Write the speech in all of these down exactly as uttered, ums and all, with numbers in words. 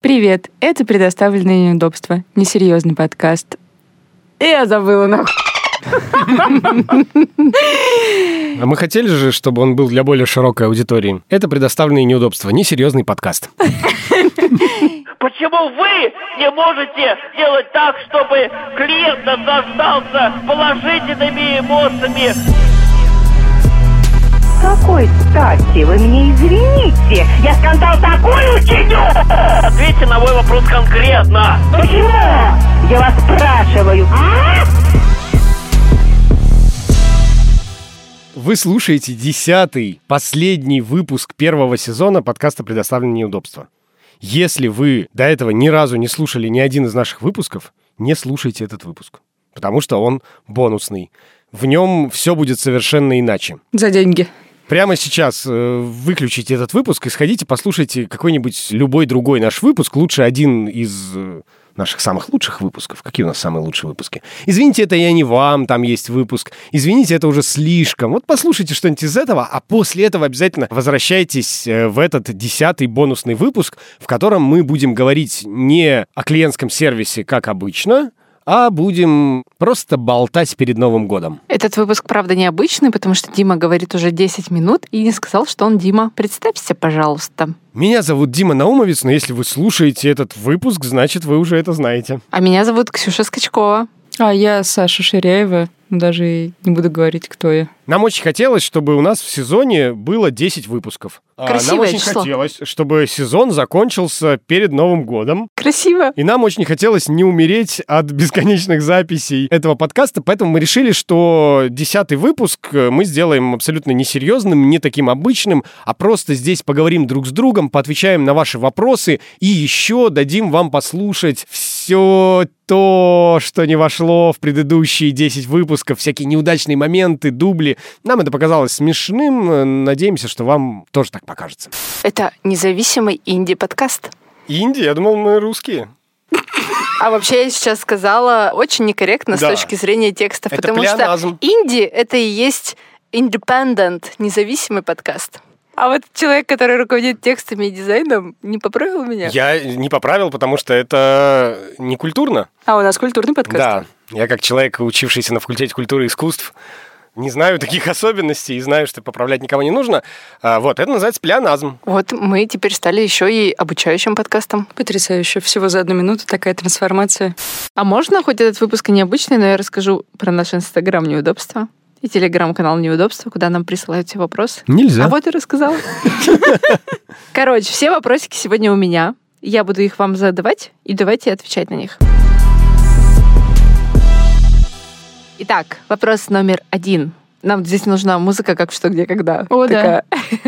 Привет, это «Предоставленные неудобства». Несерьезный подкаст. Я забыла, нахуй. А мы хотели же, чтобы он был для более широкой аудитории. Это «Предоставленные неудобства». Несерьезный подкаст. Почему вы не можете делать так, чтобы клиент наслаждался положительными эмоциями? Какой стати? Вы меня извините. Я скандал такой учиню! Ответьте на мой вопрос конкретно. Почему? Я вас спрашиваю. А? Вы слушаете десятый, последний выпуск первого сезона подкаста «Предоставленные неудобства». Если вы до этого ни разу не слушали ни один из наших выпусков, не слушайте этот выпуск, потому что он бонусный. В нем все будет совершенно иначе. За деньги. Прямо сейчас э, выключите этот выпуск и сходите, послушайте какой-нибудь любой другой наш выпуск. Лучше один из э, наших самых лучших выпусков. Какие у нас самые лучшие выпуски? Извините, это я не вам, там есть выпуск. Извините, это уже слишком. Вот послушайте что-нибудь из этого, а после этого обязательно возвращайтесь э, в этот десятый бонусный выпуск, в котором мы будем говорить не о клиентском сервисе, как обычно, а будем просто болтать перед Новым годом. Этот выпуск, правда, необычный, потому что Дима говорит уже десять минут и не сказал, что он Дима. Представься, пожалуйста. Меня зовут Дима Наумовец, но если вы слушаете этот выпуск, значит, вы уже это знаете. А меня зовут Ксюша Скачкова. А я Саша Ширяева. Даже и не буду говорить, кто я. Нам очень хотелось, чтобы у нас в сезоне было десять выпусков. Красивое Нам очень число. хотелось, чтобы сезон закончился перед Новым годом. Красиво. И нам очень хотелось не умереть от бесконечных записей этого подкаста, поэтому мы решили, что десятый выпуск мы сделаем абсолютно несерьезным, не таким обычным, а просто здесь поговорим друг с другом, поотвечаем на ваши вопросы и еще дадим вам послушать все то, что не вошло в предыдущие десять выпусков, всякие неудачные моменты, дубли. Нам это показалось смешным. Надеемся, что вам тоже так покажется. Это независимый инди-подкаст. Инди? Я думал, мы русские. А вообще я сейчас сказала очень некорректно Да. с точки зрения текстов, Это потому плеоназм. что инди — это и есть independent, независимый подкаст. А вот человек, который руководит текстами и дизайном, не поправил меня? Я не поправил, потому что это не культурно. А у нас культурный подкаст. Да. Я как человек, учившийся на факультете культуры и искусств, не знаю таких особенностей и знаю, что поправлять никому не нужно. А, вот, это называется плеоназм. Вот мы теперь стали еще и обучающим подкастом. Потрясающе. Всего за одну минуту такая трансформация. А можно, хоть этот выпуск и необычный, но я расскажу про наш Инстаграм «Неудобства» и Телеграм-канал «Неудобства», куда нам присылают все вопросы. Нельзя. А вот и рассказала. Короче, все вопросики сегодня у меня. Я буду их вам задавать, и давайте отвечать на них. Итак, вопрос номер один. Нам здесь нужна музыка, как в «Что, где, когда». О, да.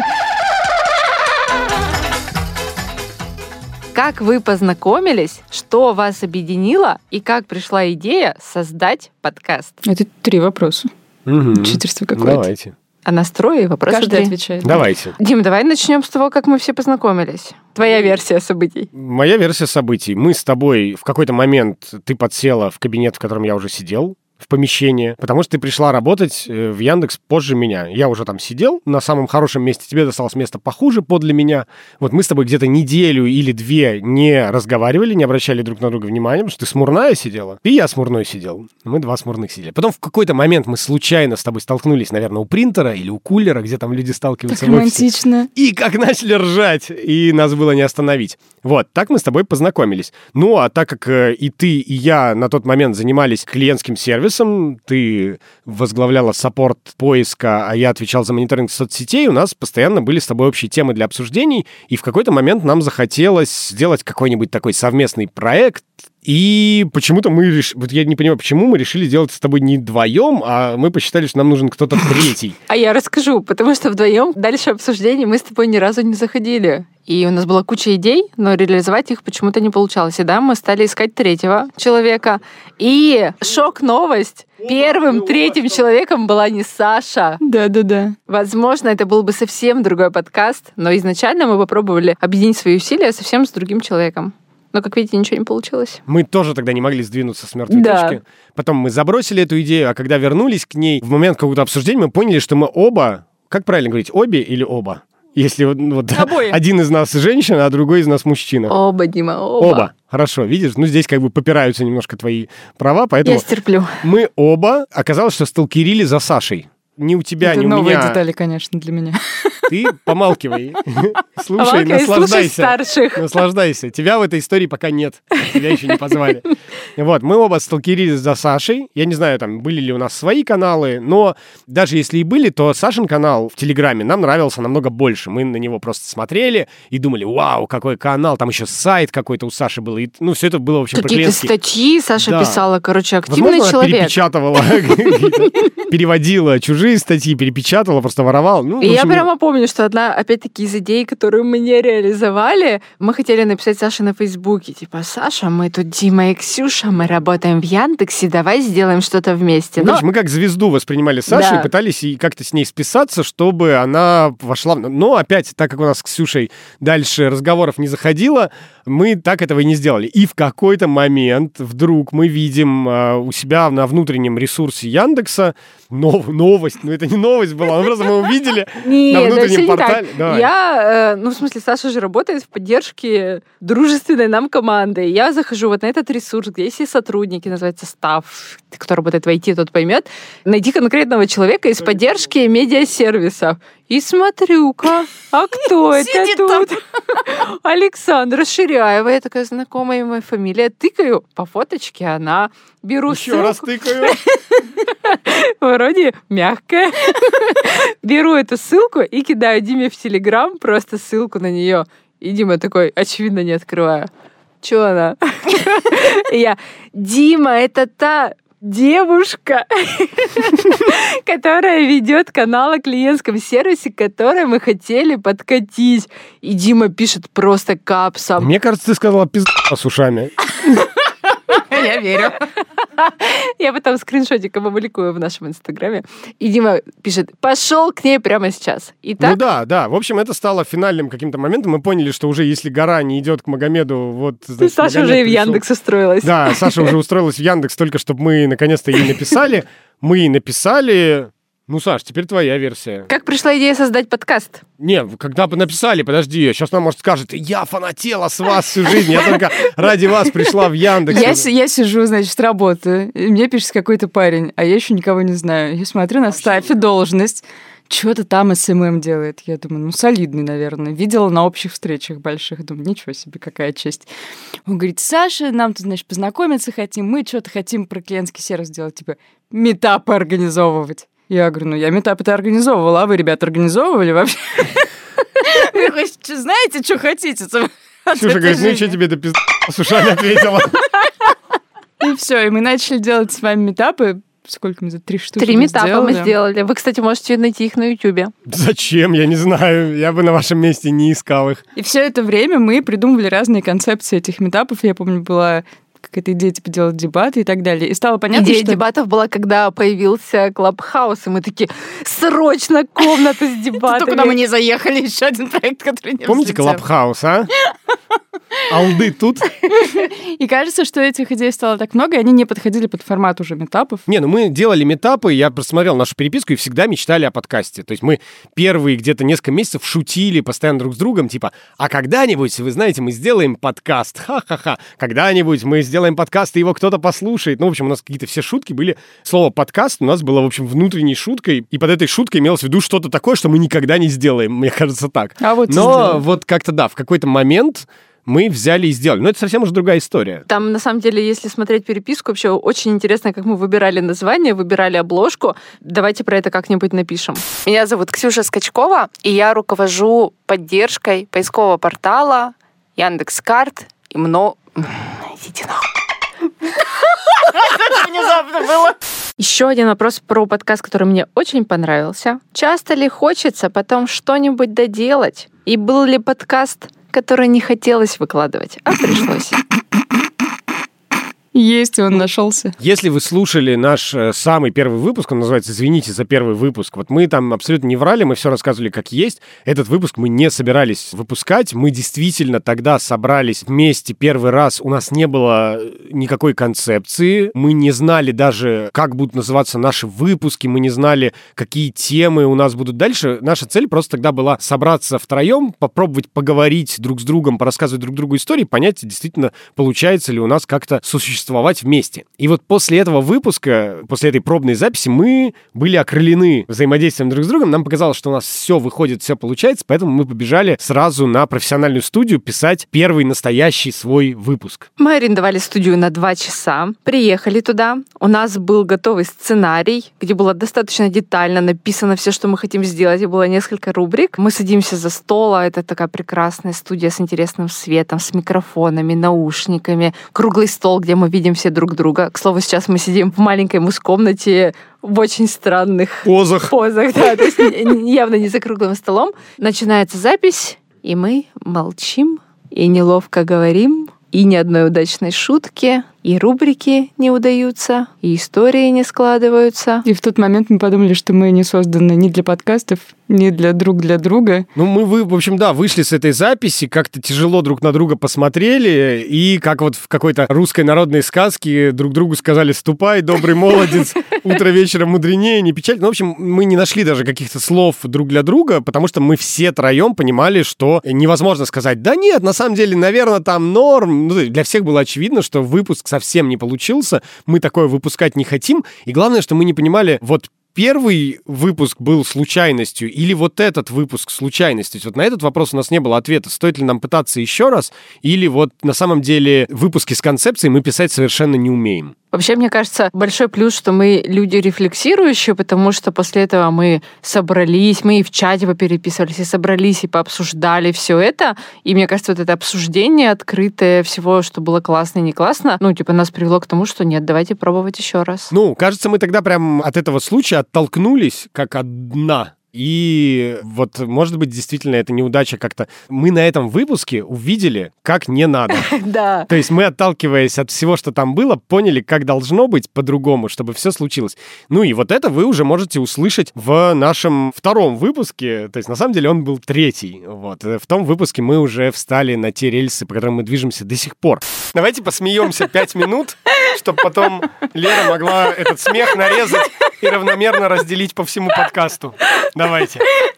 Как вы познакомились, что вас объединило, и как пришла идея создать подкаст? Это три вопроса. Угу. Учительство какое-то. Давайте. А настрое и вопросы Каждый три. отвечает. Давайте. Дим, давай начнем с того, как мы все познакомились. Твоя версия событий. Моя версия событий. Мы с тобой в какой-то момент, ты подсела в кабинет, в котором я уже сидел, в помещение, потому что ты пришла работать в Яндекс позже меня. Я уже там сидел на самом хорошем месте, тебе досталось место похуже подле меня. Вот мы с тобой где-то неделю или две не разговаривали, не обращали друг на друга внимания, потому что ты смурная сидела, и я смурной сидел. Мы два смурных сидели. Потом в какой-то момент мы случайно с тобой столкнулись, наверное, у принтера или у кулера, где там люди сталкиваются Так в офисе. романтично. И как начали ржать, и нас было не остановить. Вот, так мы с тобой познакомились. Ну, а так как э, и ты, и я на тот момент занимались клиентским сервисом, ты возглавляла саппорт поиска, а я отвечал за мониторинг соцсетей, у нас постоянно были с тобой общие темы для обсуждений, и в какой-то момент нам захотелось сделать какой-нибудь такой совместный проект. И почему-то мы решили... Вот я не понимаю, почему мы решили делать с тобой не вдвоем, а мы посчитали, что нам нужен кто-то третий. А я расскажу, потому что вдвоем дальше обсуждений мы с тобой ни разу не заходили. И у нас была куча идей, но реализовать их почему-то не получалось. И да, мы стали искать третьего человека. И шок-новость. Первым третьим человеком была не Саша. Да-да-да. Возможно, это был бы совсем другой подкаст, но изначально мы попробовали объединить свои усилия совсем с другим человеком. Но, как видите, ничего не получилось. Мы тоже тогда не могли сдвинуться с мертвой Да. точки. Потом мы забросили эту идею, а когда вернулись к ней, в момент какого-то обсуждения мы поняли, что мы оба... Как правильно говорить? Обе или оба? Если вот, вот Обои. один из нас женщина, а другой из нас мужчина. Оба, Дима, оба. Оба. Хорошо, видишь, ну здесь как бы попираются немножко твои права, поэтому Я стерплю. мы оба, оказалось, что сталкерили за Сашей. Ни у тебя, Это ни у новые меня. детали, конечно, для меня. Ты помалкивай. Слушай, Помалкивай, слушай наслаждайся. старших. Наслаждайся. Тебя в этой истории пока нет. Тебя еще не позвали. Вот, мы оба сталкерились за Сашей. Я не знаю, там, были ли у нас свои каналы, но даже если и были, то Сашин канал в Телеграме нам нравился намного больше. Мы на него просто смотрели и думали, вау, какой канал, там еще сайт какой-то у Саши был. И, ну, все это было, в общем, Какие-то по-клиентски. статьи Саша Да. писала, короче, активный Возможно, она человек. перепечатывала, переводила чужие статьи, перепечатала, просто воровала. Ну, в И я общем, прямо помню, что одна, опять-таки, из идей, которую мы не реализовали, мы хотели написать Саше на Фейсбуке, типа, Саша, мы тут Дима и Ксюша, мы работаем в Яндексе, давай сделаем что-то вместе. Ну, Но короче, мы как звезду воспринимали Сашу Да. и пытались и как-то с ней списаться, чтобы она вошла... в- Но опять, так как у нас с Ксюшей дальше разговоров не заходило, мы так этого и не сделали. И в какой-то момент вдруг мы видим э, у себя на внутреннем ресурсе Яндекса нов- новость. Ну, это не новость была, ну, просто мы увидели Нет, на да внутреннем всё не портале. так. Давай. Я, э, ну, в смысле, Саша же работает в поддержке дружественной нам команды. Я захожу вот на этот ресурс, где есть и сотрудники, называется стафф. Кто работает в ай ти, тот поймет. Найти конкретного человека из поддержки медиасервисов. И смотрю-ка, а кто это тут? Александра Ширяева. Я такая, знакомая моя фамилия. Тыкаю по фоточке, она. Беру Еще ссылку. раз тыкаю. Вроде мягкая. Беру эту ссылку и кидаю Диме в Телеграм, просто ссылку на нее. И Дима такой, очевидно, не открывая. Че она? И я, Дима, это та девушка, которая ведет канал о клиентском сервисе, который мы хотели подкатить. И Дима пишет просто капсом. Мне кажется, ты сказала пизда с ушами. Я верю. Я потом скриншотик опубликую в нашем инстаграме. И Дима пишет, пошел к ней прямо сейчас. И так Ну да, да. В общем, это стало финальным каким-то моментом. Мы поняли, что уже если гора не идет к Магомеду, вот... Значит, Саша Магомед уже и в пришел. Яндекс устроилась. Да, Саша уже устроилась в Яндекс только, чтобы мы наконец-то ей написали. Мы ей написали... Ну, Саш, теперь твоя версия. Как пришла идея создать подкаст? Не, когда бы написали, подожди, сейчас она, может, скажет, я фанатела с вас всю жизнь, я только ради вас пришла в Яндекс. Я, си- я сижу, значит, работаю, и мне пишет какой-то парень, а я еще никого не знаю. Я смотрю на стафе должность, что-то там эс эм эм делает. Я думаю, ну, солидный, наверное. Видела на общих встречах больших. Думаю, ничего себе, какая честь. Он говорит, Саша, нам тут, значит, познакомиться хотим, мы что-то хотим про клиентский сервис делать, типа, митапы организовывать. Я говорю, ну, я митапы-то организовывала, а вы, ребята, организовывали вообще? Вы знаете, что хотите? Ксюша говорит, ну, что тебе это пизда с ушами ответила? И все, и мы начали делать с вами митапы. Сколько мы за три штуки Три мы метапа сделали? мы сделали. Вы, кстати, можете найти их на Ютубе. Зачем? Я не знаю. Я бы на вашем месте не искал их. И все это время мы придумывали разные концепции этих митапов. Я помню, была какая-то идея, типа, делать дебаты и так далее. И стало понятно, Идея что... дебатов была, когда появился Клабхаус, и мы такие, срочно комната с дебатами. Куда мы не заехали, еще один проект, который не Помните взлетел. Клабхаус, а? Алды тут? И кажется, что этих идей стало так много, и они не подходили под формат уже митапов. Не, ну мы делали митапы, я просмотрел нашу переписку и всегда мечтали о подкасте. То есть мы первые где-то несколько месяцев шутили постоянно друг с другом, типа, а когда-нибудь, вы знаете, мы сделаем подкаст, ха-ха-ха, когда-нибудь мы сделаем подкаст, и его кто-то послушает. Ну, в общем, у нас какие-то все шутки были. Слово «подкаст» у нас было, в общем, внутренней шуткой, и под этой шуткой имелось в виду что-то такое, что мы никогда не сделаем, мне кажется, так. А вот Но сделали. вот как-то, да, в какой-то момент мы взяли и сделали. Но это совсем уже другая история. Там, на самом деле, если смотреть переписку, вообще очень интересно, как мы выбирали название, выбирали обложку. Давайте про это как-нибудь напишем. Меня зовут Ксюша Скачкова, и я руковожу поддержкой поискового портала Яндекс.Карт и мно... Идите нахуй. Внезапно было. Еще один вопрос про подкаст, который мне очень понравился. Часто ли хочется потом что-нибудь доделать? И был ли подкаст, который не хотелось выкладывать, а пришлось? Есть, он нашелся. Если вы слушали наш э, самый первый выпуск, он называется «Извините за первый выпуск», вот мы там абсолютно не врали, мы все рассказывали как есть. Этот выпуск мы не собирались выпускать, мы действительно тогда собрались вместе первый раз, у нас не было никакой концепции, мы не знали даже, как будут называться наши выпуски, мы не знали, какие темы у нас будут дальше. Наша цель просто тогда была собраться втроем, попробовать поговорить друг с другом, порассказывать друг другу истории, понять, действительно, получается ли у нас как-то сосуществовать вместе. И вот после этого выпуска, после этой пробной записи, мы были окрылены взаимодействием друг с другом. Нам показалось, что у нас все выходит, все получается, поэтому мы побежали сразу на профессиональную студию писать первый настоящий свой выпуск. Мы арендовали студию на два часа, приехали туда. У нас был готовый сценарий, где было достаточно детально написано все, что мы хотим сделать, и было несколько рубрик. Мы садимся за стол, а это такая прекрасная студия с интересным светом, с микрофонами, наушниками, круглый стол, где мы видим все друг друга. К слову, сейчас мы сидим в маленькой мус-комнате в очень странных Позах. позах, да, то есть явно не за круглым столом. Начинается запись, и мы молчим и неловко говорим, и ни одной удачной шутки, и рубрики не удаются, и истории не складываются. И в тот момент мы подумали, что мы не созданы ни для подкастов, ни для друг для друга. Ну, мы, вы, в общем, да, вышли с этой записи, как-то тяжело друг на друга посмотрели, и как вот в какой-то русской народной сказке друг другу сказали: «Ступай, добрый молодец, утро вечером мудренее, не печаль». Ну, в общем, мы не нашли даже каких-то слов друг для друга, потому что мы все троем понимали, что невозможно сказать: «Да нет, на самом деле, наверное, там норм». Ну, для всех было очевидно, что выпуск совсем не получился, мы такое выпускать не хотим, и главное, что мы не понимали, вот первый выпуск был случайностью или вот этот выпуск случайностью. Вот на этот вопрос у нас не было ответа, стоит ли нам пытаться еще раз, или вот на самом деле выпуски с концепцией мы писать совершенно не умеем. Вообще, мне кажется, большой плюс, что мы люди рефлексирующие, потому что после этого мы собрались, мы и в чате попереписывались, и собрались, и пообсуждали все это. И мне кажется, вот это обсуждение открытое всего, что было классно и не классно, ну, типа, нас привело к тому, что нет, давайте пробовать еще раз. Ну, кажется, мы тогда прям от этого случая оттолкнулись как одна. И вот, может быть, действительно, это неудача как-то. Мы на этом выпуске увидели, как не надо. Да. То есть мы, отталкиваясь от всего, что там было, поняли, как должно быть по-другому, чтобы все случилось. Ну и вот это вы уже можете услышать в нашем втором выпуске. То есть, на самом деле, он был третий. Вот. В том выпуске мы уже встали на те рельсы, по которым мы движемся до сих пор. Давайте посмеемся пять минут, чтобы потом Лера могла этот смех нарезать и равномерно разделить по всему подкасту. Давайте.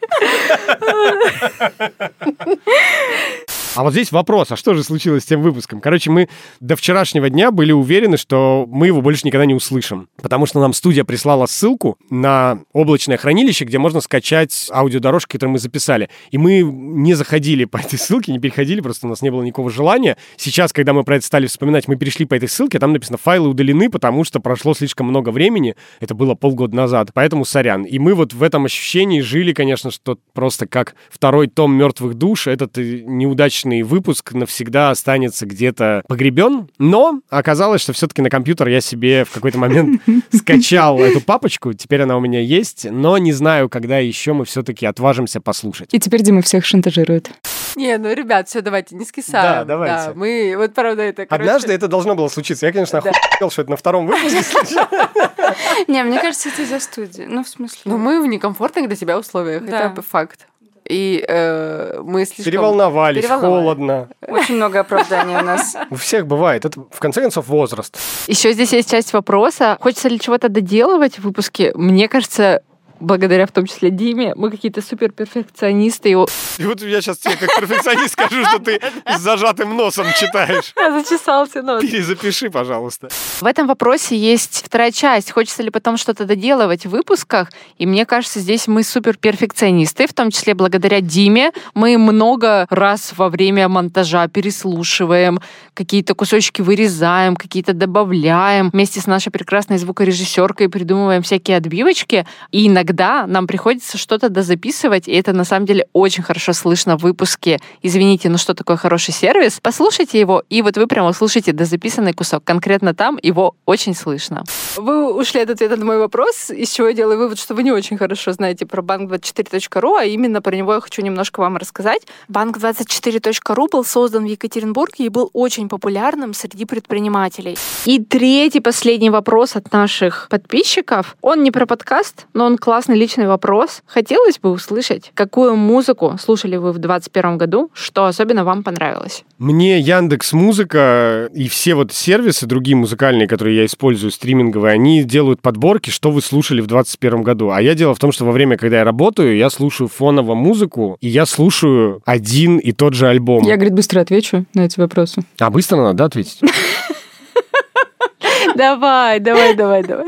А вот здесь вопрос, а что же случилось с тем выпуском? Короче, мы до вчерашнего дня были уверены, что мы его больше никогда не услышим, потому что нам студия прислала ссылку на облачное хранилище, где можно скачать аудиодорожки, которые мы записали. И мы не заходили по этой ссылке, не переходили, просто у нас не было никакого желания. Сейчас, когда мы про это стали вспоминать, мы перешли по этой ссылке, там написано: файлы удалены, потому что прошло слишком много времени, это было полгода назад, поэтому сорян. И мы вот в этом ощущении жили, конечно, что просто как второй том «Мертвых душ», этот неудачный выпуск навсегда останется где-то погребен, но оказалось, что все-таки на компьютер я себе в какой-то момент скачал эту папочку, теперь она у меня есть, но не знаю, когда еще мы все-таки отважимся послушать. И теперь Дима всех шантажирует. Не, ну, ребят, все, давайте, не скисаем. Да, давайте. Да, мы, вот правда, это, короче... Однажды это должно было случиться. Я, конечно, охуел, что это на втором выпуске случилось. Не, мне кажется, это из-за студии. Ну, в смысле... Ну, мы в некомфортных для тебя условиях, Да. это факт. И э, мы слишком... Переволновались, Переволновались. холодно. Очень много оправданий у нас. У всех бывает. Это, в конце концов, возраст. Еще здесь есть часть вопроса. Хочется ли чего-то доделывать в выпуске? Мне кажется, благодаря в том числе Диме, мы какие-то суперперфекционисты. И... И вот я сейчас тебе как перфекционист скажу, что ты с зажатым носом читаешь. Я зачесался нос. Перезапиши, пожалуйста. В этом вопросе есть вторая часть. Хочется ли потом что-то доделывать в выпусках? И мне кажется, здесь мы суперперфекционисты, в том числе благодаря Диме. Мы много раз во время монтажа переслушиваем, какие-то кусочки вырезаем, какие-то добавляем. Вместе с нашей прекрасной звукорежиссеркой придумываем всякие отбивочки. И иногда иногда нам приходится что-то дозаписывать, и это на самом деле очень хорошо слышно в выпуске. Извините, но что такое хороший сервис? Послушайте его, и вот вы прямо услышите дозаписанный кусок. Конкретно там его очень слышно. Вы ушли от ответа на мой вопрос, из чего я делаю вывод, что вы не очень хорошо знаете про банк двадцать четыре точка ру, а именно про него я хочу немножко вам рассказать. банк двадцать четыре точка ру был создан в Екатеринбурге и был очень популярным среди предпринимателей. И третий, последний вопрос от наших подписчиков. Он не про подкаст, но он классный личный вопрос. Хотелось бы услышать, какую музыку слушали вы в двадцать первом году, что особенно вам понравилось? Мне Яндекс.Музыка и все вот сервисы, другие музыкальные, которые я использую, стриминговые, они делают подборки, что вы слушали в двадцать первом году. А я дело в том, что во время, когда я работаю, я слушаю фоново музыку, и я слушаю один и тот же альбом. Я, говорит, быстро отвечу на эти вопросы. А быстро надо, да, ответить? Давай, давай, давай, давай.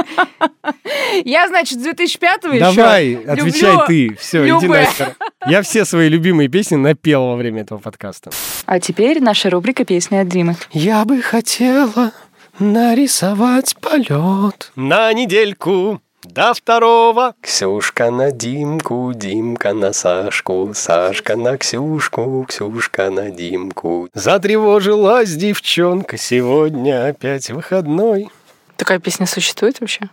Я, значит, с две тысячи пятого еще Давай, отвечай люблю ты. Все, иди любые. нахер. Я все свои любимые песни напел во время этого подкаста. А теперь наша рубрика «Песни от Димы». Я бы хотела нарисовать полет на недельку до второго. Ксюшка на Димку, Димка на Сашку, Сашка на Ксюшку, Ксюшка на Димку. Затревожилась девчонка, сегодня опять выходной. Такая песня существует вообще?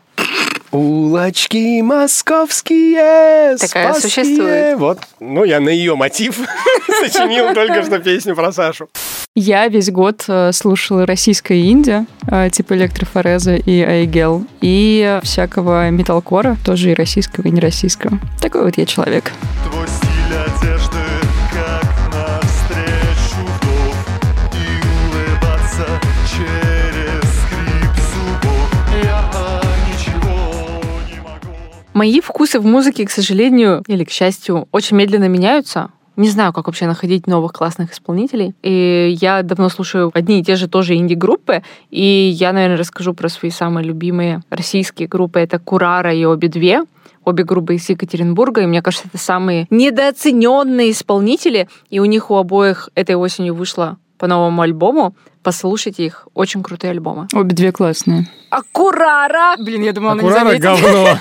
Улочки московские, Такая спасские. существует. Вот, ну я на ее мотив сочинил только что песню про Сашу. Я весь год э, слушала российское инди, э, типа Электрофореза и Айгел, и всякого металкора, тоже и российского, и нероссийского. Такой вот я человек. Твой стиль одежды, как навстречу вдох, и улыбаться через скрип зубов. Я ничего не могу. Мои вкусы в музыке, к сожалению, или к счастью, очень медленно меняются. Не знаю, как вообще находить новых классных исполнителей. И я давно слушаю одни и те же тоже инди-группы. И я, наверное, расскажу про свои самые любимые российские группы. Это Курара и Обе две. Обе группы из Екатеринбурга. И мне кажется, это самые недооцененные исполнители. И у них у обоих этой осенью вышло по новому альбому. Послушайте их. Очень крутые альбомы. Обе две классные. А Курара! Блин, я думала, она не Курара заметит. говно.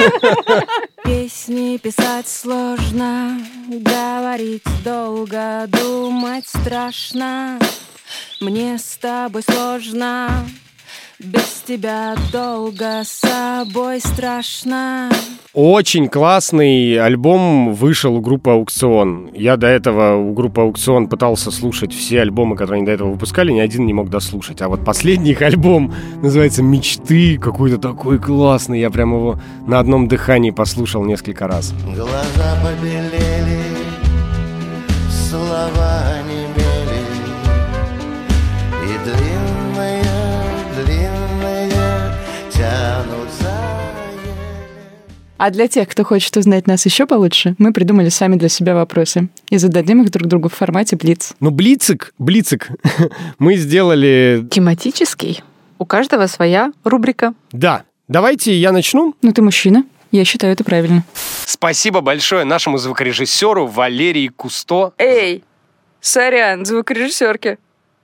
Песни писать сложно, говорить долго, думать страшно. Мне с тобой сложно, без тебя долго, с собой страшно. Очень классный альбом вышел у группы «Аукцион». Я до этого у группы «Аукцион» пытался слушать все альбомы, которые они до этого выпускали, ни один не мог дослушать. А вот последний их альбом называется «Мечты», какой-то такой классный. Я прям его на одном дыхании послушал несколько раз. Глаза побелели, слова онемели, и длинные, длинные тянутся. А для тех, кто хочет узнать нас еще получше, мы придумали сами для себя вопросы и зададим их друг другу в формате блиц. Ну, блицик, блицик мы сделали... Тематический. У каждого своя рубрика. Да, давайте я начну. Ну, ты мужчина. Я считаю, это правильно. Спасибо большое нашему звукорежиссеру Валерии Кусто. Эй, сорян, звукорежиссерки.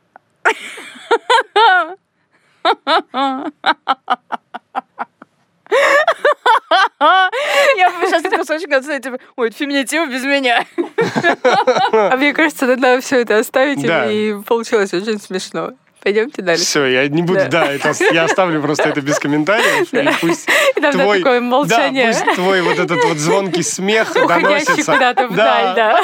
Я бы сейчас кусочек отставить, типа, ой, это феминитив без меня. А мне кажется, надо все это оставить, Да. и получилось очень смешно. Пойдемте дальше. Все, я не буду, Да. да, это, я оставлю просто это без комментариев. И пусть И там да, твой, такое молчание. да, пусть твой вот этот вот звонкий смех Уходящий доносится. куда-то вдаль, да.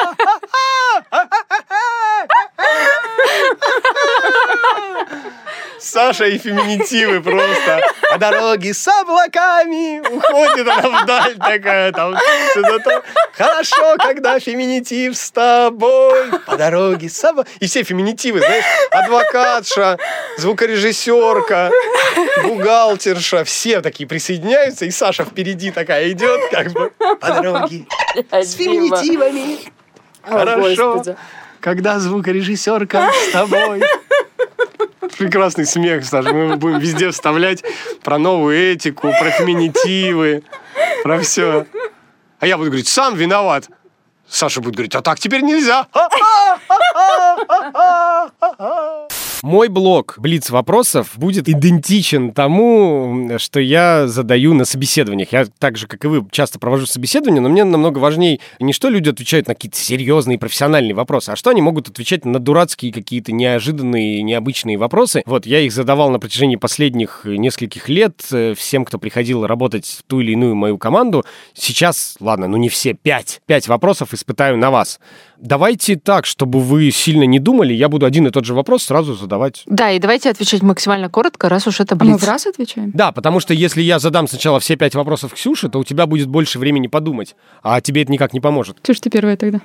Саша и феминитивы просто. По дороге с облаками уходит она вдаль такая там. Что-то. Хорошо, когда феминитив с тобой. По дороге с облаками. И все феминитивы, знаешь, адвокатша, звукорежиссерка, бухгалтерша, все такие присоединяются, и Саша впереди такая идет, как бы по дороге с феминитивами. Хорошо, когда звукорежиссерка с тобой. Прекрасный смех, Саша. Мы будем везде вставлять про новую этику, про феминитивы, про все. А я буду говорить, сам виноват. Саша будет говорить, а так теперь нельзя. Мой блок блиц-вопросов будет идентичен тому, что я задаю на собеседованиях. Я так же, как и вы, часто провожу собеседования, но мне намного важнее не что люди отвечают на какие-то серьезные профессиональные вопросы, а что они могут отвечать на дурацкие какие-то неожиданные, необычные вопросы. Вот, я их задавал на протяжении последних нескольких лет всем, кто приходил работать в ту или иную мою команду. Сейчас, ладно, ну не все, пять. Пять вопросов испытаю на вас. Давайте так, чтобы вы сильно не думали, я буду один и тот же вопрос сразу задавать. Да, и давайте отвечать максимально коротко, раз уж это А мы блиц. в раз отвечаем? Да, потому что если я задам сначала все пять вопросов Ксюше, то у тебя будет больше времени подумать, а тебе это никак не поможет. Ксюш, ты первая тогда.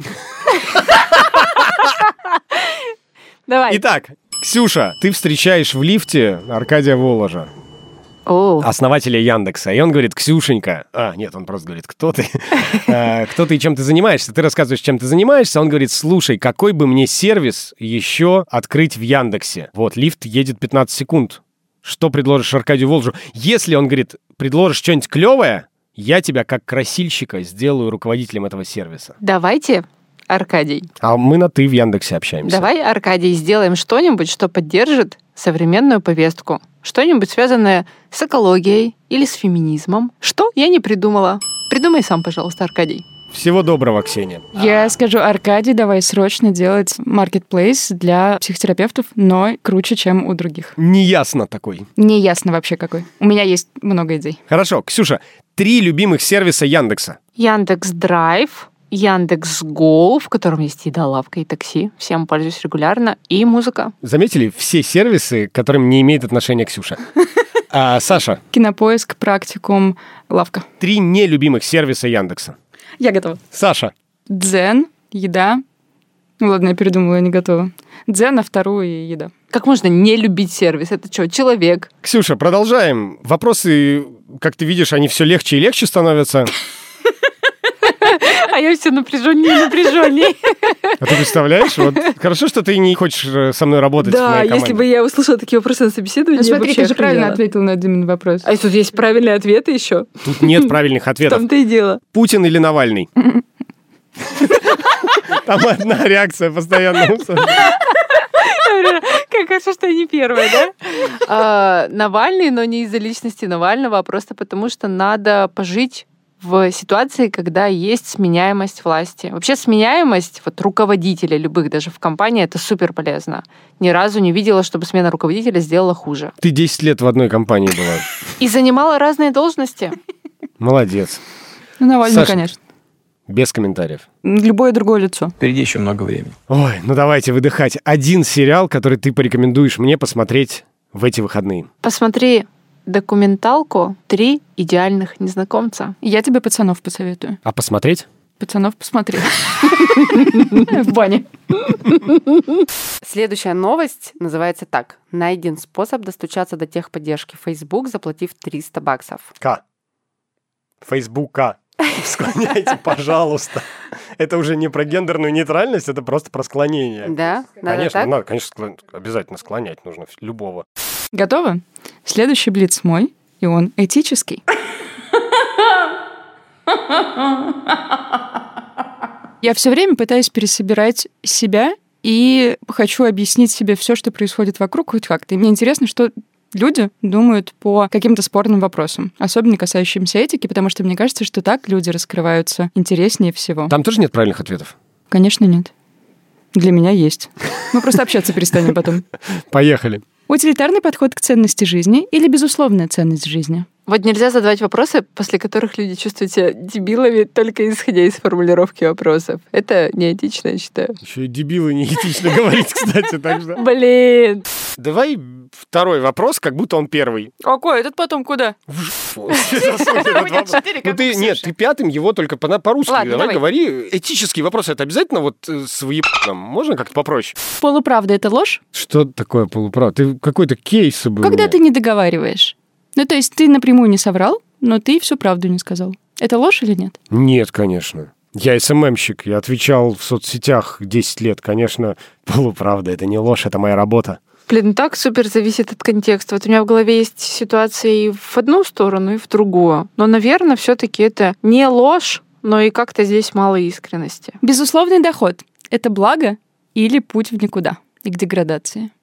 Давай. Итак, Ксюша, ты встречаешь в лифте Аркадия Воложа, О, основателя Яндекса, и он говорит: Ксюшенька, а, нет, он просто говорит: кто ты? А, кто ты и чем ты занимаешься? Ты рассказываешь, чем ты занимаешься, он говорит: слушай, какой бы мне сервис еще открыть в Яндексе? Вот, лифт едет пятнадцать секунд. Что предложишь Аркадию Воложу? Если он говорит: предложишь что-нибудь клевое, я тебя как красильщика сделаю руководителем этого сервиса. давайте, Аркадий. А мы на «ты» в Яндексе общаемся. Давай, Аркадий, сделаем что-нибудь, что поддержит современную повестку. Что-нибудь связанное с экологией или с феминизмом. Что? Я не придумала. Придумай сам, пожалуйста, Аркадий. Всего доброго, Ксения. Я скажу: Аркадий, давай срочно делать маркетплейс для психотерапевтов, но круче, чем у других. Неясно такой. Не ясно вообще какой. У меня есть много идей. Хорошо, Ксюша, три любимых сервиса Яндекса. Яндекс Драйв, Яндекс Гоу, в котором есть еда, лавка и такси. Всем пользуюсь регулярно. И музыка. Заметили все сервисы, к которым не имеет отношения Ксюша? А, Саша, Кинопоиск, Практикум, Лавка. три нелюбимых сервиса Яндекса. Я готова. Саша, Дзен, еда. Ну ладно, я передумала, я не готова. Дзен, а вторую и еда. Как можно не любить сервис? Это что, человек? Ксюша, продолжаем. Вопросы, как ты видишь, они все легче и легче становятся. А я все напряженнее и напряженнее. А ты представляешь? Вот хорошо, что ты не хочешь со мной работать в Да, моей команде. если бы я услышала такие вопросы на собеседовании, Ну я бы смотри, вообще ты же правильно охренела. ответил на один вопрос. А тут есть правильные ответы еще. Тут нет правильных В ответов. том-то и дело. Путин или Навальный? Там одна реакция постоянно. Как хорошо, что я не первая, да? А, Навальный, но не из-за личности Навального, а просто потому, что надо пожить в ситуации, когда есть сменяемость власти. Вообще сменяемость вот, руководителя любых, даже в компании, это супер полезно. Ни разу не видела, чтобы смена руководителя сделала хуже. Ты десять лет в одной компании была. И занимала разные должности. Молодец. Ну, Навальный, Саша. конечно. Без комментариев. Любое другое лицо. Впереди еще много времени. Ой, ну давайте выдыхать. Один сериал, который ты порекомендуешь мне посмотреть в эти выходные. Посмотри документалку «Три идеальных незнакомца». Я тебе пацанов посоветую. А посмотреть? Пацанов посмотри. В бане. Следующая новость называется так. Найден способ достучаться до техподдержки Facebook, заплатив триста баксов. К. Фейсбука. Склоняйте, пожалуйста. Это уже не про гендерную нейтральность, это просто про склонение. Да? Надо Конечно, так? надо, конечно, склон- обязательно склонять нужно любого. Готово? Следующий блиц мой, и он этический. Я все время пытаюсь пересобирать себя и хочу объяснить себе все, что происходит вокруг, хоть как-то. И мне интересно, что люди думают по каким-то спорным вопросам, особенно касающимся этики, потому что мне кажется, что так люди раскрываются интереснее всего. Там тоже нет правильных ответов? Конечно, нет. Для меня есть. Мы просто общаться перестанем потом. Поехали. Утилитарный подход к ценности жизни или безусловная ценность жизни? Вот нельзя задавать вопросы, после которых люди чувствуют себя дебилами, только исходя из формулировки вопросов. Это неэтично, я считаю. Еще и дебилы неэтично говорить, кстати, так что... Блин. Давай второй вопрос, как будто он первый. Какой? Этот потом куда? Ну ты, нет, ты пятым его только по- по-русски. Ладно, Давай давай. говори. Этические вопросы, это обязательно вот э, с выебаном? Можно как-то попроще? Полуправда — это ложь? Что такое полуправда? Ты какой-то кейс был. Когда ты не договариваешь. Ну, то есть ты напрямую не соврал, но ты всю правду не сказал. Это ложь или нет? Нет, конечно. Я эс эм эм-щик, я отвечал в соцсетях десять лет. Конечно, полуправда, это не ложь, это моя работа. Блин, так супер зависит от контекста. Вот у меня в голове есть ситуация и в одну сторону, и в другую. Но, наверное, все-таки это не ложь, но и как-то здесь мало искренности. Безусловный доход — это благо или путь в никуда и к деградации?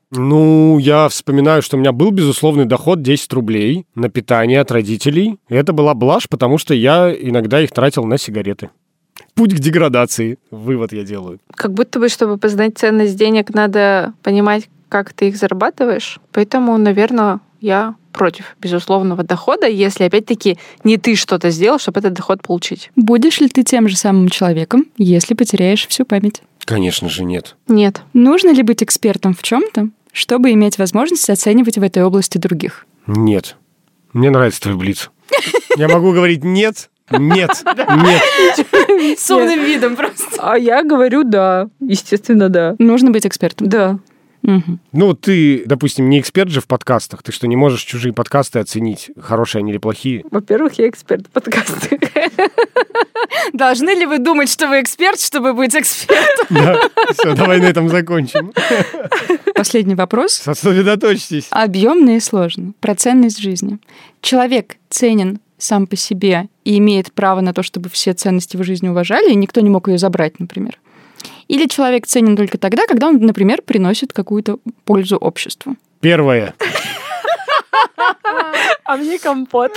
Ну, я вспоминаю, что у меня был безусловный доход десять рублей на питание от родителей. И это была блажь, потому что я иногда их тратил на сигареты. Путь к деградации. Вывод я делаю. Как будто бы, чтобы познать ценность денег, надо понимать, как ты их зарабатываешь. Поэтому, наверное, я против безусловного дохода, если, опять-таки, не ты что-то сделал, чтобы этот доход получить. Будешь ли ты тем же самым человеком, если потеряешь всю память? Конечно же, нет. Нет. Нужно ли быть экспертом в чем-то, чтобы иметь возможность оценивать в этой области других? Нет. Мне нравится твой блиц. Я могу говорить «нет», «нет», «нет». С умным видом просто. А я говорю «да». Естественно, да. Нужно быть экспертом. Да. Угу. Ну, ты, допустим, не эксперт же в подкастах. Ты что, не можешь чужие подкасты оценить, хорошие они или плохие? Во-первых, я эксперт в подкастах. Должны ли вы думать, что вы эксперт, чтобы быть экспертом? Да, все, давай на этом закончим. Последний вопрос. Сосредоточьтесь. Объемно и сложно. Про ценность жизни. Человек ценен сам по себе и имеет право на то, чтобы все ценности в жизни уважали, и никто не мог ее забрать, например. Или человек ценен только тогда, когда он, например, приносит какую-то пользу обществу. Первое. А мне компот.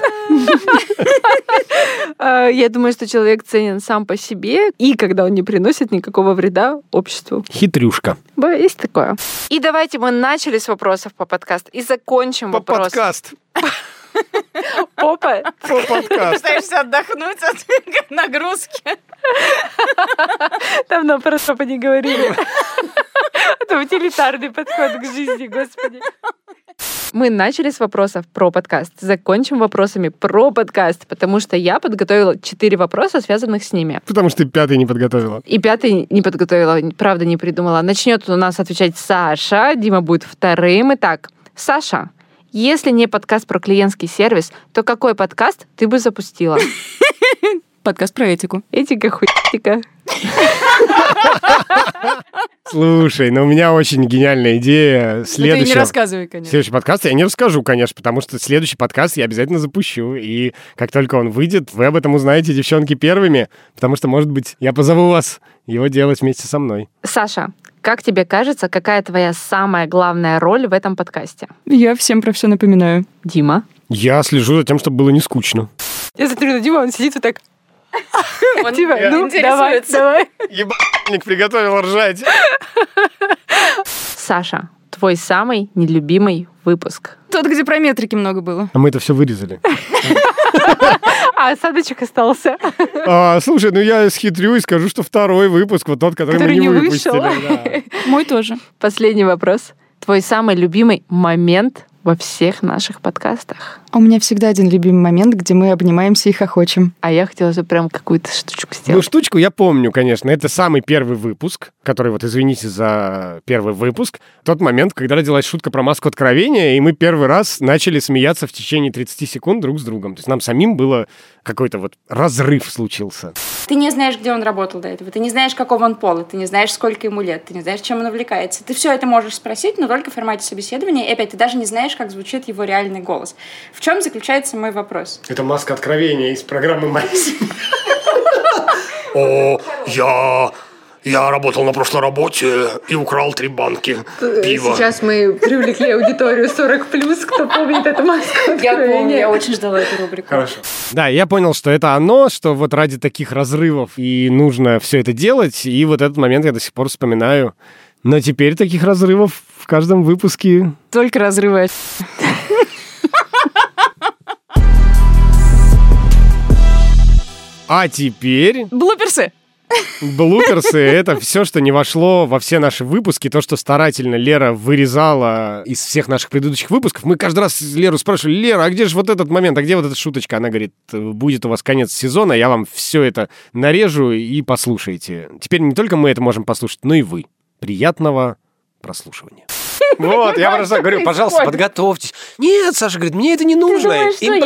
Я думаю, что человек ценен сам по себе, и когда он не приносит никакого вреда обществу. Хитрюшка. Есть такое. И давайте мы начали с вопросов по подкасту и закончим По вопрос. подкаст. Попа. По подкаст. Пытаешься отдохнуть от нагрузки. Давно про попа не говорили. Это утилитарный подход к жизни, господи. Мы начали с вопросов про подкаст. Закончим вопросами про подкаст, потому что я подготовила четыре вопроса, связанных с ними. Потому что ты пятый не подготовила. И пятый не подготовила, правда не придумала. Начнет у нас отвечать Саша, Дима будет вторым. Итак, Саша, если не подкаст про клиентский сервис, то какой подкаст ты бы запустила? Подкаст про этику. Этика, хуйтика. Слушай, ну у меня очень гениальная идея. Следующий... Ты не рассказывай, конечно. Следующий подкаст я не расскажу, конечно, потому что следующий подкаст я обязательно запущу. И как только он выйдет, вы об этом узнаете, девчонки, первыми, потому что, может быть, я позову вас его делать вместе со мной. Саша, как тебе кажется, какая твоя самая главная роль в этом подкасте? Я всем про все напоминаю. Дима? Я слежу за тем, чтобы было не скучно. Я смотрю на Диму, он сидит вот так. Он Дима, ну, давай, давай. Ебаник приготовил ржать. Саша, твой самый нелюбимый выпуск? Тот, где про метрики много было. А мы это все вырезали. А осадочек остался. А, слушай, ну я схитрю и скажу, что второй выпуск, вот тот, который, который мы не, не выпустили. вышел. Да. Мой тоже. Последний вопрос. Твой самый любимый момент во всех наших подкастах? У меня всегда один любимый момент, где мы обнимаемся и хохочем. А я хотела же прям какую-то штучку Ну, сделать. штучку я помню, конечно. Это самый первый выпуск, который, вот извините за первый выпуск, тот момент, когда родилась шутка про маску откровения, и мы первый раз начали смеяться в течение тридцати секунд друг с другом. То есть нам самим было какой-то вот разрыв случился. Ты не знаешь, где он работал до этого, ты не знаешь, какого он пола, ты не знаешь, сколько ему лет, ты не знаешь, чем он увлекается. Ты все это можешь спросить, но только в формате собеседования, и опять, ты даже не знаешь, как звучит его реальный голос. В чем заключается мой вопрос? Это маска откровения из программы «Майс». О, я... Я работал на прошлой работе и украл три банки пива. Сейчас мы привлекли аудиторию сорок плюс, кто помнит эту маску. Я помню, я очень ждала эту рубрику. Хорошо. Да, я понял, что это оно, что вот ради таких разрывов и нужно все это делать, и вот этот момент я до сих пор вспоминаю. Но теперь таких разрывов в каждом выпуске... Только разрывы. А теперь... Блуперсы! Блуперсы — это все, что не вошло во все наши выпуски, то, что старательно Лера вырезала из всех наших предыдущих выпусков. Мы каждый раз Леру спрашивали: Лера, а где же вот этот момент, а где вот эта шуточка? Она говорит: будет у вас конец сезона, я вам все это нарежу и послушайте. Теперь не только мы это можем послушать, но и вы. Приятного прослушивания. Вот, я просто говорю, пожалуйста, подготовьтесь. Нет, Саша говорит, мне это не нужно.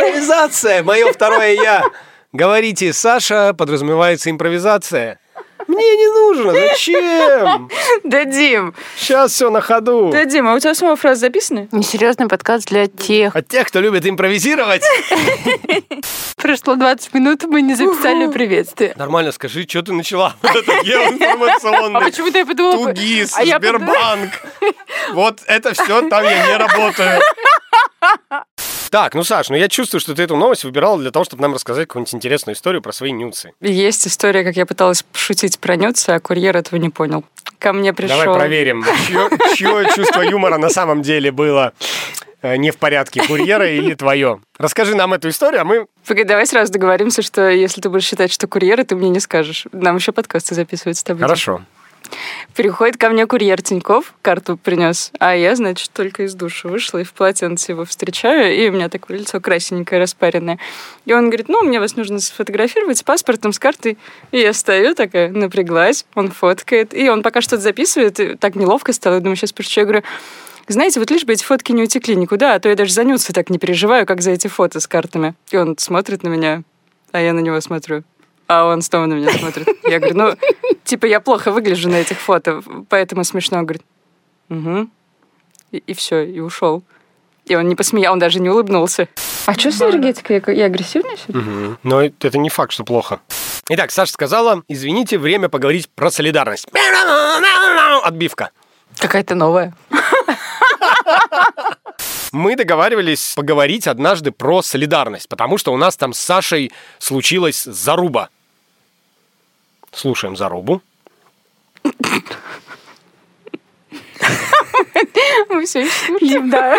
Импровизация, мое второе я. Говорите, Саша, подразумевается импровизация. Мне не нужно, зачем? Да, Дим. Сейчас все на ходу. Да, Дим, а у тебя самого фразы записаны? Несерьезный подкаст для тех. От тех, кто любит импровизировать. Прошло двадцать минут, мы не записали приветствие. Нормально скажи, что ты начала? Вот это геоинформационный. А почему-то я подумала... Тугис, а я Сбербанк. Вот это все, там я не работаю. Так, ну, Саш, ну я чувствую, что ты эту новость выбирала для того, чтобы нам рассказать какую-нибудь интересную историю про свои нюцы. Есть история, как я пыталась пошутить про нюцы, а курьер этого не понял. Ко мне пришел... Давай проверим, чье, чье чувство юмора на самом деле было э, не в порядке, курьера или твое. Расскажи нам эту историю, а мы... Погоди, давай сразу договоримся, что если ты будешь считать, что курьер, ты мне не скажешь. Нам еще подкасты записывать с тобой. Хорошо. Приходит ко мне курьер Тинькофф, карту принес, а я, значит, только из душа вышла и в полотенце его встречаю, и у меня такое лицо красненькое, распаренное. И он говорит, ну, мне вас нужно сфотографировать с паспортом, с картой. И я стою такая, напряглась, он фоткает, и он пока что-то записывает, и так неловко стало, я думаю, сейчас пришучу. Я говорю, знаете, вот лишь бы эти фотки не утекли никуда, а то я даже за нюцы так не переживаю, как за эти фото с картами. И он смотрит на меня, а я на него смотрю. А он снова на меня смотрит. Я говорю, ну, типа, я плохо выгляжу на этих фото, поэтому смешно. Он говорит, угу. И, и все, и ушел. И он не посмеял, он даже не улыбнулся. А что с энергетикой? Я, я агрессивная сегодня? Угу. Но это не факт, что плохо. Итак, Саша сказала, извините, время поговорить про солидарность. Отбивка. Какая-то новая. Мы договаривались поговорить однажды про солидарность, потому что у нас там с Сашей случилась заруба. Слушаем зарубу. Мы все еще слушаем. Да.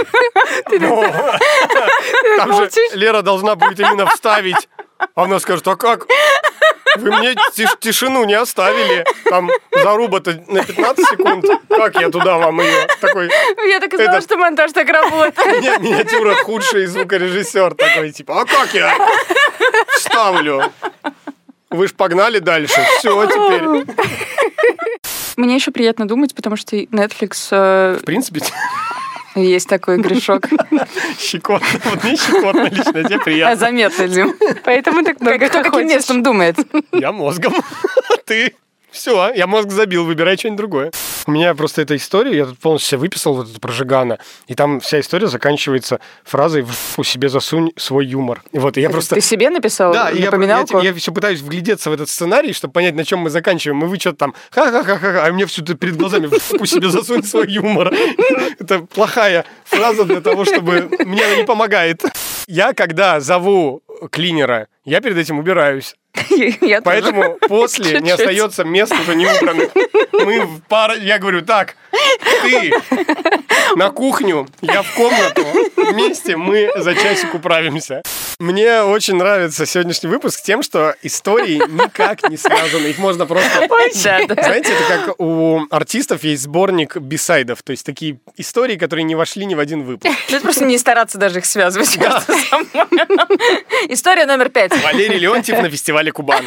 Там же Лера должна будет именно вставить. А она скажет, а как? Вы мне тиш- тишину не оставили. Там заруба-то на пятнадцать секунд. Как я туда вам ее? Такой... Я так и знала, этот... что монтаж так работает. Ми- миниатюра худший звукорежиссер такой, типа, а как я вставлю? Вы ж погнали дальше. Все, теперь. Мне еще приятно думать, потому что Netflix... Э... В принципе... Есть такой грешок. Щекотно. Вот мне щекотно лично, тебе приятно. А заметно, Дим. Поэтому так много Кто каким хочешь. местом думает? Я мозгом. Ты. Все, я мозг забил, выбирай что-нибудь другое. У меня просто эта история, я тут полностью себе выписал вот это про Жигана, и там вся история заканчивается фразой «в себе засунь свой юмор». И вот, и я просто... Ты себе написал Да, и я, напоминалку? я, я все пытаюсь вглядеться в этот сценарий, чтобы понять, на чем мы заканчиваем. И вы что-то там ха-ха-ха-ха, а мне все это перед глазами «в себе засунь свой юмор». Это плохая фраза для того, чтобы... Мне она не помогает. Я, когда зову клинера, я перед этим убираюсь. Я Поэтому тоже. после Чуть-чуть. не остается места уже не убранных. Мы в пар... Я говорю, так, ты на кухню, я в комнату. Вместе мы за часик управимся. Мне очень нравится сегодняшний выпуск тем, что истории никак не связаны. Их можно просто... Да, да. Знаете, это как у артистов есть сборник бисайдов. То есть такие истории, которые не вошли ни в один выпуск. Ну, это просто не стараться даже их связывать между собой. История номер пять. Валерий Леонтьев на фестивале Кубана.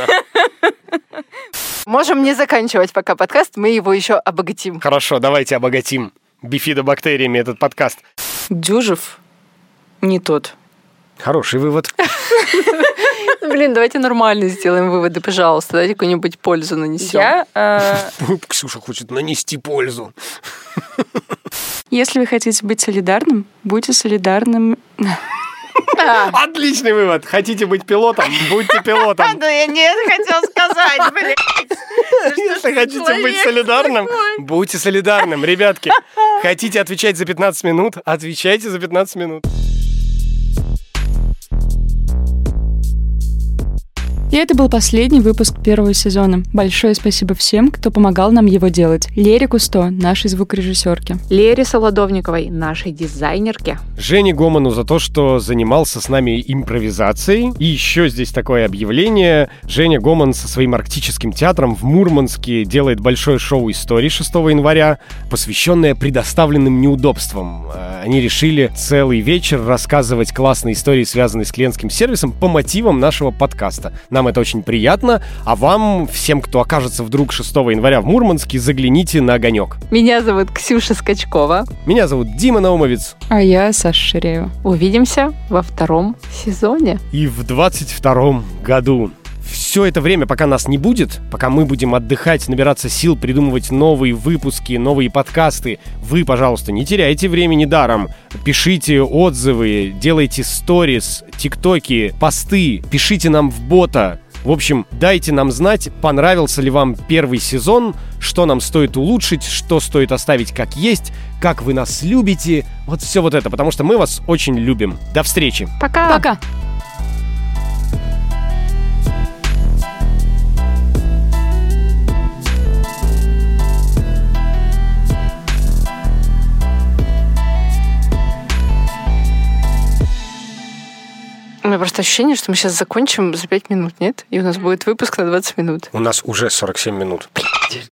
Можем не заканчивать пока подкаст, мы его еще обогатим. Хорошо, давайте обогатим бифидобактериями этот подкаст. Дюжев не тот. Хороший вывод. Блин, давайте нормально сделаем выводы, пожалуйста. Давайте какую-нибудь пользу нанесем. Я... э, Ксюша хочет нанести пользу. Если вы хотите быть солидарным, будьте солидарным... Отличный вывод. Хотите быть пилотом? Будьте пилотом. Да я не это хотела сказать, блин. Если хотите быть солидарным, будьте солидарным. Ребятки, хотите отвечать за пятнадцать минут? Отвечайте за пятнадцать минут. И это был последний выпуск первого сезона. Большое спасибо всем, кто помогал нам его делать. Лере Кусто, нашей звукорежиссерке. Лере Солодовниковой, нашей дизайнерке. Жене Гоману за то, что занимался с нами импровизацией. И еще здесь такое объявление. Женя Гоман со своим арктическим театром в Мурманске делает большое шоу истории шестого января, посвященное предоставленным неудобствам. Они решили целый вечер рассказывать классные истории, связанные с клиентским сервисом, по мотивам нашего подкаста. Нам это очень приятно, а вам, всем, кто окажется вдруг шестого января в Мурманске, загляните на огонек. Меня зовут Ксюша Скачкова. Меня зовут Дима Наумовец. А я Саша Ширеева. Увидимся во втором сезоне. И в двадцать втором году. Все все это время, пока нас не будет, пока мы будем отдыхать, набираться сил, придумывать новые выпуски, новые подкасты, вы, пожалуйста, не теряйте времени даром. Пишите отзывы, делайте сторис, тиктоки, посты, пишите нам в бота. В общем, дайте нам знать, понравился ли вам первый сезон, что нам стоит улучшить, что стоит оставить как есть, как вы нас любите. Вот все вот это, потому что мы вас очень любим. До встречи. Пока. Пока. У меня просто ощущение, что мы сейчас закончим за пять минут, нет? И у нас будет выпуск на двадцать минут. У нас уже сорок семь минут.